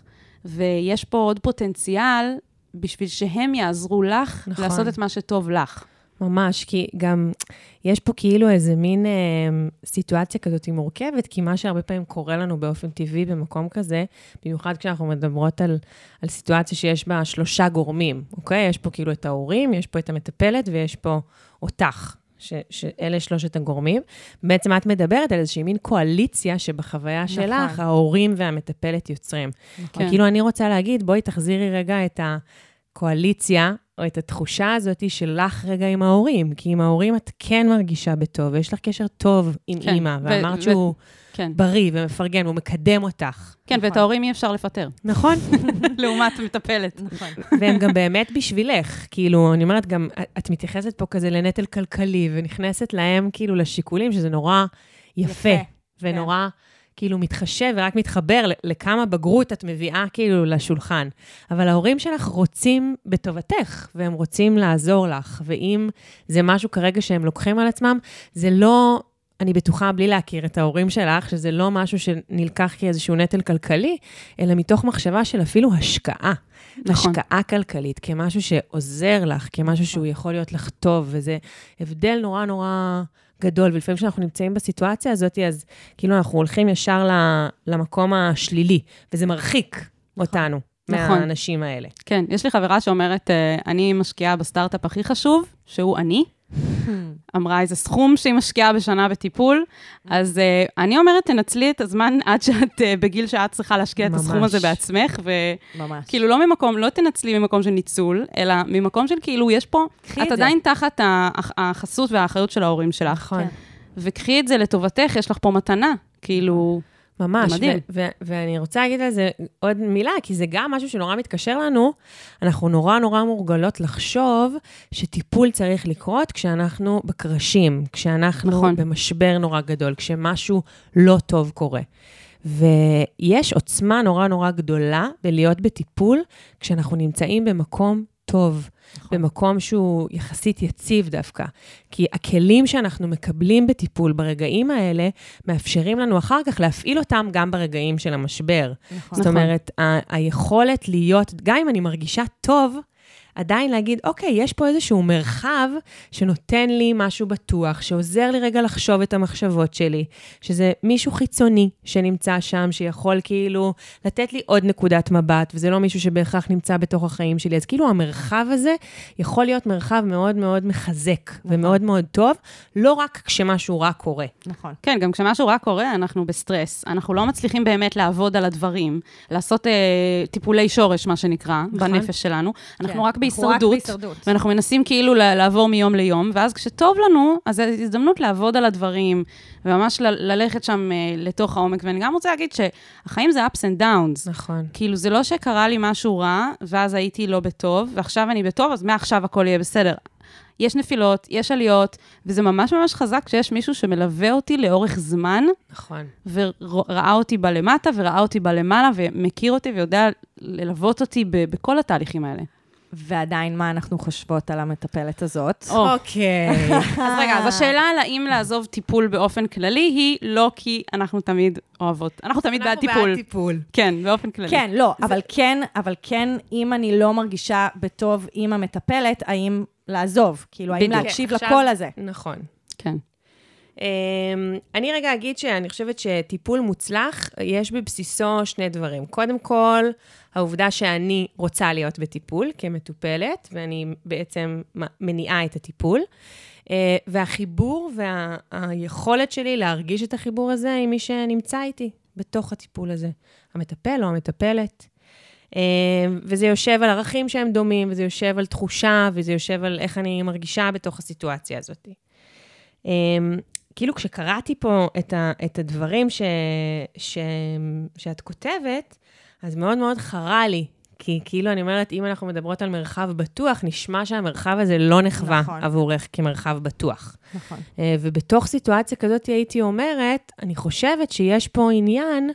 ויש פה עוד פוטנציאל בשביל שהם יעזרו לך נכון. לעשות את מה שטוב לך. ממש, כי גם יש פה כאילו איזה מין אה, סיטואציה כזאת מורכבת, כי מה שהרבה פעמים קורה לנו באופן טבעי במקום כזה, במיוחד כשאנחנו מדברות על, על סיטואציה שיש בה שלושה גורמים, אוקיי? יש פה כאילו את ההורים, יש פה את המטפלת ויש פה אותך, ש, שאלה שלושת הגורמים. בעצם את מדברת על איזושהי מין קואליציה שבחוויה נכון. שלך, ההורים והמטפלת יוצרים. נכון. כאילו אני רוצה להגיד, בואי תחזירי רגע את הקואליציה, או את התחושה הזאת שלך רגע עם ההורים, כי עם ההורים את כן מרגישה בטוב, ויש לך קשר טוב עם כן, אימא, ואמרת ו- שהוא ו- כן. בריא ומפרגן, והוא מקדם אותך. כן, נכון. ואת ההורים אי אפשר לפטר. נכון. לעומת מטפלת. נכון. והם גם באמת בשבילך, כאילו, אני אומרת גם, את מתייחסת פה כזה לנטל כלכלי, ונכנסת להם כאילו לשיקולים, שזה נורא יפה, יפה. ונורא... כן. כאילו מתחשב ורק מתחבר לכמה בגרות את מביאה כאילו לשולחן. אבל ההורים שלך רוצים בטובתך, והם רוצים לעזור לך, ואם זה משהו כרגע שהם לוקחים על עצמם, זה לא, אני בטוחה בלי להכיר את ההורים שלך, שזה לא משהו שנלקח כאיזשהו נטל כלכלי, אלא מתוך מחשבה של אפילו השקעה. נכון. השקעה כלכלית, כמשהו שעוזר לך, כמשהו שהוא יכול להיות לך טוב, וזה הבדל נורא נורא... גדול, ולפעמים כשאנחנו נמצאים בסיטואציה הזאת, אז כאילו אנחנו הולכים ישר למקום השלילי, וזה מרחיק אותנו נכון. מהאנשים האלה. כן, יש לי חברה שאומרת, אני משקיעה בסטארט-אפ הכי חשוב, שהוא אני, אמרה איזה סכום שהיא משקיעה בשנה בטיפול, אז uh, אני אומרת, תנצלי את הזמן עד שאת uh, בגיל שאת צריכה להשקיע ממש. את הסכום הזה בעצמך, וכאילו לא ממקום, לא תנצלי ממקום של ניצול, אלא ממקום של כאילו, יש פה, את עדיין זה. תחת החסות והאחריות של ההורים שלך. נכון. כן. וקחי את זה לטובתך, יש לך פה מתנה, כאילו... ממש, ו- ו- ואני רוצה להגיד על זה עוד מילה, כי זה גם משהו שנורא מתקשר לנו, אנחנו נורא נורא מורגלות לחשוב שטיפול צריך לקרות כשאנחנו בקרשים, כשאנחנו נכון. במשבר נורא גדול, כשמשהו לא טוב קורה. ויש עוצמה נורא נורא גדולה בלהיות בטיפול, כשאנחנו נמצאים במקום טוב, נכון. במקום שהוא יחסית יציב דווקא. כי הכלים שאנחנו מקבלים בטיפול ברגעים האלה, מאפשרים לנו אחר כך להפעיל אותם גם ברגעים של המשבר. נכון. זאת אומרת, ה- היכולת להיות, גם אם אני מרגישה טוב, עדיין להגיד, אוקיי, יש פה איזשהו מרחב שנותן לי משהו בטוח, שעוזר לי רגע לחשוב את המחשבות שלי, שזה מישהו חיצוני שנמצא שם, שיכול כאילו לתת לי עוד נקודת מבט, וזה לא מישהו שבהכרח נמצא בתוך החיים שלי. אז כאילו המרחב הזה יכול להיות מרחב מאוד מאוד מחזק, ומאוד מאוד טוב, לא רק כשמשהו רע קורה. נכון. כן, גם כשמשהו רע קורה, אנחנו בסטרס, אנחנו לא מצליחים באמת לעבוד על הדברים, לעשות אה, טיפולי שורש, מה שנקרא, נכון. בנפש שלנו. אנחנו כן, רק אנחנו בהישרדות, רק בהישרדות. ואנחנו מנסים כאילו לעבור מיום ליום, ואז כשטוב לנו, אז זו הזדמנות לעבוד על הדברים, וממש ל- ללכת שם אה, לתוך העומק. ואני גם רוצה להגיד שהחיים זה ups and downs. נכון. כאילו, זה לא שקרה לי משהו רע, ואז הייתי לא בטוב, ועכשיו אני בטוב, אז מעכשיו הכל יהיה בסדר. יש נפילות, יש עליות, וזה ממש ממש חזק כשיש מישהו שמלווה אותי לאורך זמן, נכון. וראה אותי בלמטה, וראה אותי בלמעלה, ומכיר אותי ויודע ללוות אותי ב- בכל התהליכים האלה. ועדיין מה אנחנו חושבות על המטפלת הזאת? אוקיי. אז רגע, אז השאלה על האם לעזוב טיפול באופן כללי, היא לא כי אנחנו תמיד אוהבות. אנחנו תמיד בעד טיפול. אנחנו בעד טיפול. כן, באופן כללי. כן, לא, אבל כן, אבל כן, אם אני לא מרגישה בטוב עם המטפלת, האם לעזוב? כאילו, האם בדיוק. להקשיב עכשיו- לקול הזה? נכון. כן. Um, אני רגע אגיד שאני חושבת שטיפול מוצלח, יש בבסיסו שני דברים. קודם כל, העובדה שאני רוצה להיות בטיפול כמטופלת, ואני בעצם מניעה את הטיפול, uh, והחיבור והיכולת שלי להרגיש את החיבור הזה עם מי שנמצא איתי בתוך הטיפול הזה. המטפל או המטפלת. Uh, וזה יושב על ערכים שהם דומים, וזה יושב על תחושה, וזה יושב על איך אני מרגישה בתוך הסיטואציה הזאת. Um, כאילו כשקראתי פה את, ה, את הדברים ש, ש, שאת כותבת, אז מאוד מאוד חרה לי, כי כאילו אני אומרת, אם אנחנו מדברות על מרחב בטוח, נשמע שהמרחב הזה לא נחווה נכון. עבורך כמרחב בטוח. נכון. Uh, ובתוך סיטואציה כזאת הייתי אומרת, אני חושבת שיש פה עניין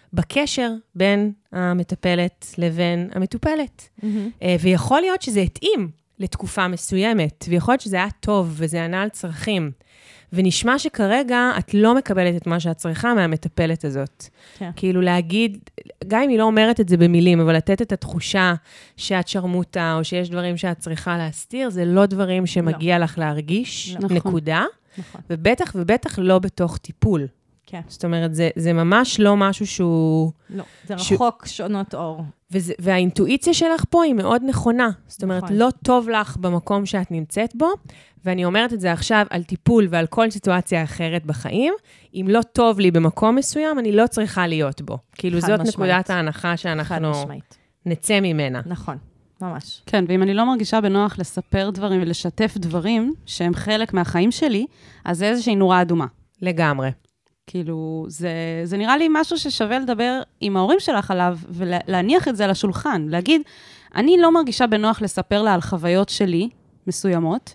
בקשר בין המטפלת לבין המטופלת. Uh, ויכול להיות שזה התאים לתקופה מסוימת, ויכול להיות שזה היה טוב וזה ענה על צרכים. ונשמע שכרגע את לא מקבלת את מה שאת צריכה מהמטפלת הזאת. כן. כאילו להגיד, גם אם היא לא אומרת את זה במילים, אבל לתת את התחושה שאת שרמוטה, או שיש דברים שאת צריכה להסתיר, זה לא דברים שמגיע לך להרגיש, נכון. נקודה. נכון. ובטח ובטח לא בתוך טיפול. כן. זאת אומרת, זה, זה ממש לא משהו שהוא... לא, זה ש- רחוק שונות אור. וזה, והאינטואיציה שלך פה היא מאוד נכונה. זאת אומרת, נכון. לא טוב לך במקום שאת נמצאת בו, ואני אומרת את זה עכשיו על טיפול ועל כל סיטואציה אחרת בחיים. אם לא טוב לי במקום מסוים, אני לא צריכה להיות בו. כאילו, חד זאת משמעית. נקודת ההנחה חד שאנחנו משמעית. נצא ממנה. נכון, ממש. כן, ואם אני לא מרגישה בנוח לספר דברים ולשתף דברים שהם חלק מהחיים שלי, אז זה איזושהי נורה אדומה. לגמרי. כאילו, זה, זה נראה לי משהו ששווה לדבר עם ההורים שלך עליו, ולהניח את זה על השולחן, להגיד, אני לא מרגישה בנוח לספר לה על חוויות שלי מסוימות,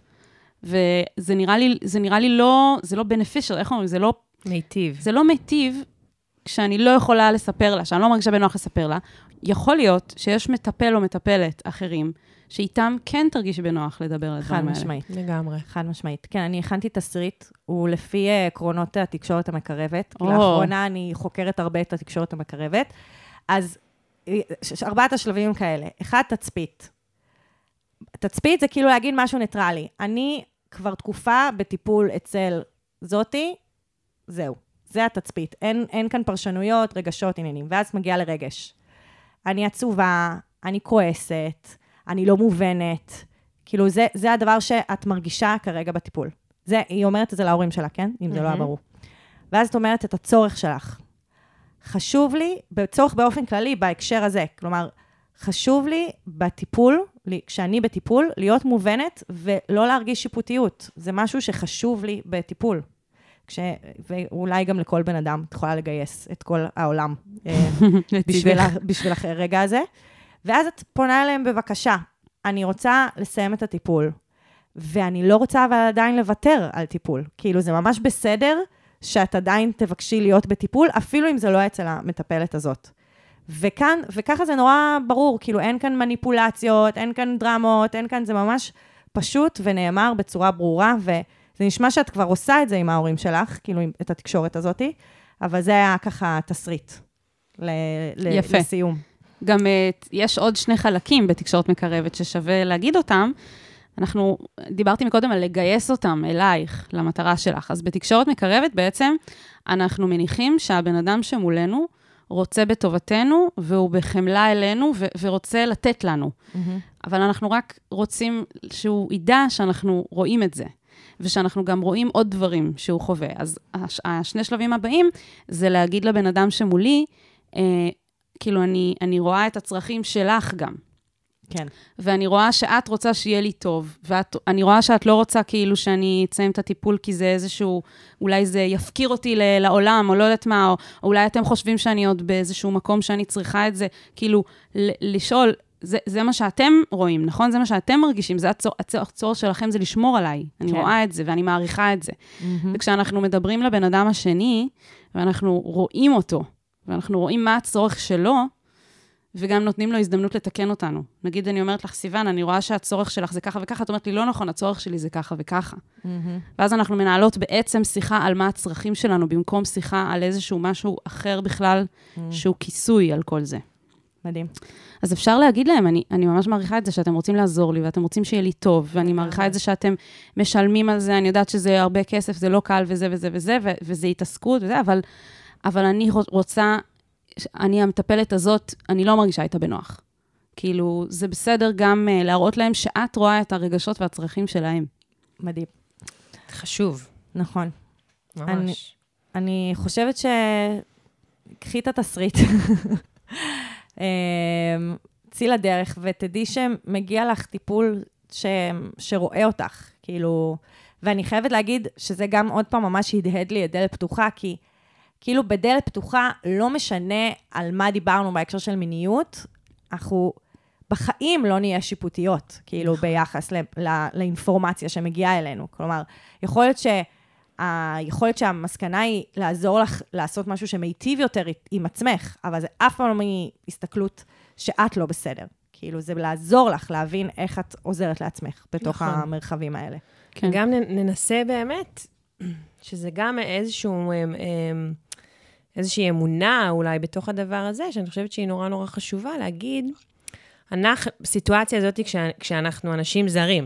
וזה נראה לי, זה נראה לי לא, זה לא beneficial, איך אומרים? זה לא, מיטיב. זה לא מיטיב, כשאני לא יכולה לספר לה, שאני לא מרגישה בנוח לספר לה. יכול להיות שיש מטפל או מטפלת אחרים, שאיתם כן תרגיש בנוח לדבר על הדברים חד האלה. משמעית. לגמרי. חד משמעית. כן, אני הכנתי תסריט, הוא לפי uh, עקרונות התקשורת המקרבת. או. לאחרונה אני חוקרת הרבה את התקשורת המקרבת. אז ש- ש- ארבעת השלבים הם כאלה. אחד, תצפית. תצפית זה כאילו להגיד משהו ניטרלי. אני כבר תקופה בטיפול אצל זאתי, זהו. זה התצפית. אין, אין כאן פרשנויות, רגשות, עניינים. ואז מגיעה לרגש. אני עצובה, אני כועסת, אני לא מובנת. כאילו, זה, זה הדבר שאת מרגישה כרגע בטיפול. זה, היא אומרת את זה להורים שלה, כן? אם זה לא היה ברור. ואז את אומרת את הצורך שלך. חשוב לי, בצורך באופן כללי, בהקשר הזה, כלומר, חשוב לי בטיפול, כשאני בטיפול, להיות מובנת ולא להרגיש שיפוטיות. זה משהו שחשוב לי בטיפול. כש, ואולי גם לכל בן אדם, את יכולה לגייס את כל העולם בשביל, בשביל הרגע הזה. ואז את פונה אליהם בבקשה. אני רוצה לסיים את הטיפול, ואני לא רוצה אבל עדיין לוותר על טיפול. כאילו זה ממש בסדר שאת עדיין תבקשי להיות בטיפול, אפילו אם זה לא אצל המטפלת הזאת. וכאן, וככה זה נורא ברור, כאילו אין כאן מניפולציות, אין כאן דרמות, אין כאן, זה ממש פשוט ונאמר בצורה ברורה, וזה נשמע שאת כבר עושה את זה עם ההורים שלך, כאילו את התקשורת הזאת, אבל זה היה ככה תסריט ל- ל- יפה. לסיום. גם uh, יש עוד שני חלקים בתקשורת מקרבת ששווה להגיד אותם. אנחנו, דיברתי מקודם על לגייס אותם אלייך, למטרה שלך. אז בתקשורת מקרבת בעצם, אנחנו מניחים שהבן אדם שמולנו רוצה בטובתנו, והוא בחמלה אלינו, ו- ורוצה לתת לנו. Mm-hmm. אבל אנחנו רק רוצים שהוא ידע שאנחנו רואים את זה. ושאנחנו גם רואים עוד דברים שהוא חווה. אז הש, השני שלבים הבאים, זה להגיד לבן אדם שמולי, אה, כאילו אני, אני רואה את הצרכים שלך גם. כן. ואני רואה שאת רוצה שיהיה לי טוב, ואני רואה שאת לא רוצה כאילו שאני אצאים את הטיפול, כי זה איזשהו, אולי זה יפקיר אותי לעולם, או לא יודעת מה, או, או אולי אתם חושבים שאני עוד באיזשהו מקום שאני צריכה את זה, כאילו, לשאול, זה, זה מה שאתם רואים, נכון? זה מה שאתם מרגישים, זה הצור, הצור שלכם זה לשמור עליי. אני כן. רואה את זה, ואני מעריכה את זה. Mm-hmm. וכשאנחנו מדברים לבן אדם השני, ואנחנו רואים אותו, ואנחנו רואים מה הצורך שלו, וגם נותנים לו הזדמנות לתקן אותנו. נגיד, אני אומרת לך, סיוון, אני רואה שהצורך שלך זה ככה וככה, את אומרת לי, לא נכון, הצורך שלי זה ככה וככה. Mm-hmm. ואז אנחנו מנהלות בעצם שיחה על מה הצרכים שלנו, במקום שיחה על איזשהו משהו אחר בכלל, mm-hmm. שהוא כיסוי על כל זה. מדהים. אז אפשר להגיד להם, אני, אני ממש מעריכה את זה שאתם רוצים לעזור לי, ואתם רוצים שיהיה לי טוב, ואני מעריכה את זה שאתם משלמים על זה, אני יודעת שזה הרבה כסף, זה לא קל וזה וזה וזה, ו- וזה התעסקות וזה, אבל, אבל אני רוצה, אני המטפלת הזאת, אני לא מרגישה איתה בנוח. כאילו, זה בסדר גם uh, להראות להם שאת רואה את הרגשות והצרכים שלהם. מדהים. חשוב. נכון. ממש. אני, אני חושבת ש... קחי את התסריט. צאי לדרך, ותדעי שמגיע לך טיפול ש... שרואה אותך, כאילו, ואני חייבת להגיד שזה גם עוד פעם ממש הדהד לי את דלת פתוחה, כי כאילו בדלת פתוחה לא משנה על מה דיברנו בהקשר של מיניות, אנחנו בחיים לא נהיה שיפוטיות, כאילו ביחס ל... ל... לאינפורמציה שמגיעה אלינו, כלומר, יכול להיות ש... היכולת שהמסקנה היא לעזור לך לעשות משהו שמיטיב יותר עם עצמך, אבל זה אף פעם לא מהסתכלות שאת לא בסדר. כאילו זה לעזור לך להבין איך את עוזרת לעצמך בתוך נכון. המרחבים האלה. כן. גם ננסה באמת, שזה גם איזשהו, איזושהי אמונה אולי בתוך הדבר הזה, שאני חושבת שהיא נורא נורא חשובה, להגיד, אנחנו, סיטואציה הזאת כשאנחנו אנשים זרים,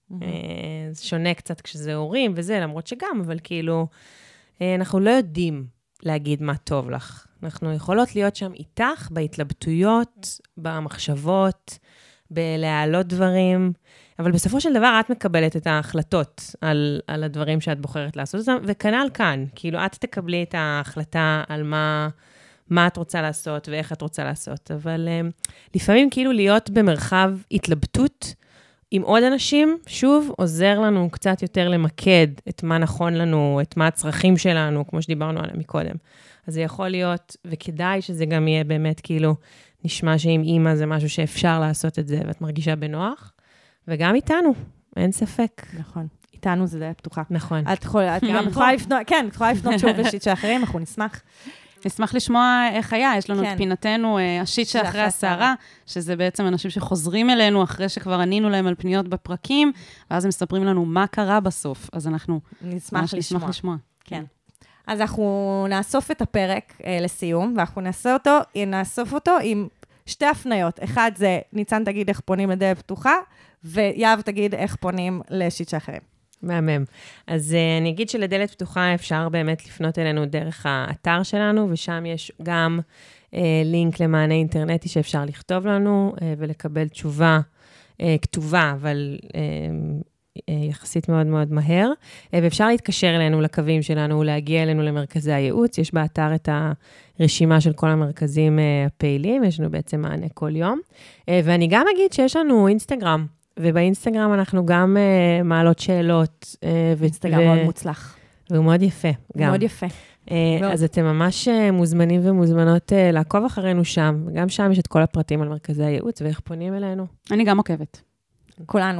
זה שונה קצת כשזה הורים וזה, למרות שגם, אבל כאילו, אנחנו לא יודעים להגיד מה טוב לך. אנחנו יכולות להיות שם איתך, בהתלבטויות, במחשבות, בלהעלות דברים, אבל בסופו של דבר את מקבלת את ההחלטות על, על הדברים שאת בוחרת לעשות אותם, וכנ"ל כאן, כאילו את תקבלי את ההחלטה על מה, מה את רוצה לעשות ואיך את רוצה לעשות, אבל לפעמים כאילו להיות במרחב התלבטות, עם עוד אנשים, שוב, עוזר לנו קצת יותר למקד את מה נכון לנו, את מה הצרכים שלנו, כמו שדיברנו עליהם מקודם. אז זה יכול להיות, וכדאי שזה גם יהיה באמת כאילו, נשמע שעם אימא זה משהו שאפשר לעשות את זה, ואת מרגישה בנוח, וגם איתנו, אין ספק. נכון. איתנו זה די פתוחה. נכון. את יכולה, את גם יכולה לפנות, כן, את יכולה לפנות שוב בשיט של אחרים, אנחנו נשמח. נשמח לשמוע איך היה, יש לנו את פינתנו, השיט שאחרי הסערה, שזה בעצם אנשים שחוזרים אלינו אחרי שכבר ענינו להם על פניות בפרקים, ואז הם מספרים לנו מה קרה בסוף, אז אנחנו נשמח לשמוע. לשמוע. כן. אז אנחנו נאסוף את הפרק לסיום, ואנחנו נעשה אותו, נאסוף אותו עם שתי הפניות. אחד זה, ניצן תגיד איך פונים לדלת פתוחה, ויאב תגיד איך פונים לשיט שאחרים. מהמם. אז uh, אני אגיד שלדלת פתוחה אפשר באמת לפנות אלינו דרך האתר שלנו, ושם יש גם uh, לינק למענה אינטרנטי שאפשר לכתוב לנו, uh, ולקבל תשובה uh, כתובה, אבל uh, uh, יחסית מאוד מאוד מהר. Uh, ואפשר להתקשר אלינו לקווים שלנו, ולהגיע אלינו למרכזי הייעוץ. יש באתר את הרשימה של כל המרכזים uh, הפעילים, יש לנו בעצם מענה כל יום. Uh, ואני גם אגיד שיש לנו אינסטגרם, ובאינסטגרם אנחנו גם uh, מעלות שאלות. Uh, אינסטגרם מאוד מוצלח. והוא מאוד יפה גם. מאוד יפה. Uh, אז אתם ממש uh, מוזמנים ומוזמנות uh, לעקוב אחרינו שם, וגם שם יש את כל הפרטים על מרכזי הייעוץ, ואיך פונים אלינו. אני גם עוקבת. כולנו.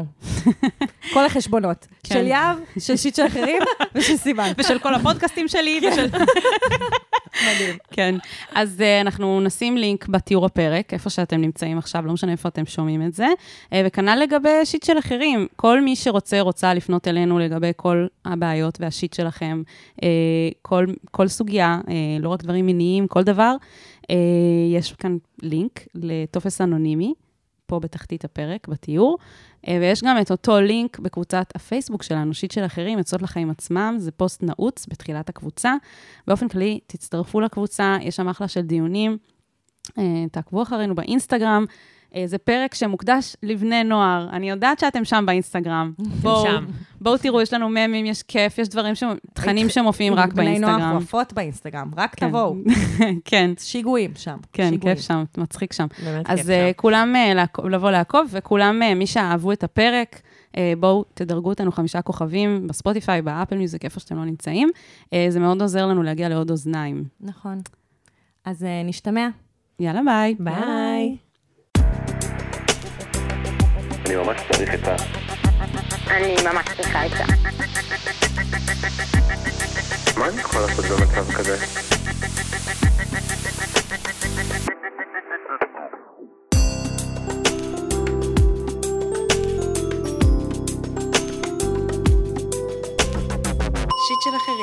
כל החשבונות. כן. של יאב, של שיט של אחרים, ושל סיוון. ושל כל הפודקאסטים שלי, ושל... מדהים. כן, אז uh, אנחנו נשים לינק בתיאור הפרק, איפה שאתם נמצאים עכשיו, לא משנה איפה אתם שומעים את זה, uh, וכנ"ל לגבי שיט של אחרים. כל מי שרוצה, רוצה לפנות אלינו לגבי כל הבעיות והשיט שלכם, uh, כל, כל סוגיה, uh, לא רק דברים מיניים, כל דבר, uh, יש כאן לינק לטופס אנונימי, פה בתחתית הפרק, בתיאור, ויש גם את אותו לינק בקבוצת הפייסבוק שלנו, שיט של אחרים, עצות לחיים עצמם, זה פוסט נעוץ בתחילת הקבוצה. באופן כללי, תצטרפו לקבוצה, יש שם אחלה של דיונים, תעקבו אחרינו באינסטגרם, זה פרק שמוקדש לבני נוער. אני יודעת שאתם שם באינסטגרם. בואו, בואו תראו, יש לנו ממים, יש כיף, יש דברים, תכנים שמופיעים רק באינסטגרם. בני נוער חופות באינסטגרם, רק תבואו. כן. שיגועים שם. כן, כיף שם, מצחיק שם. אז כולם לבוא לעקוב, וכולם, מי שאהבו את הפרק, בואו תדרגו אותנו חמישה כוכבים בספוטיפיי, באפל מיוזיק, איפה שאתם לא נמצאים. זה מאוד עוזר לנו להגיע לעוד אוזניים. נכון. אז נשתמע. יאללה, ביי. ביי. אני ממש צריך את ה... אני ממש צריכה את זה. מה אני יכול לעשות במצב כזה? שיט של אחרים.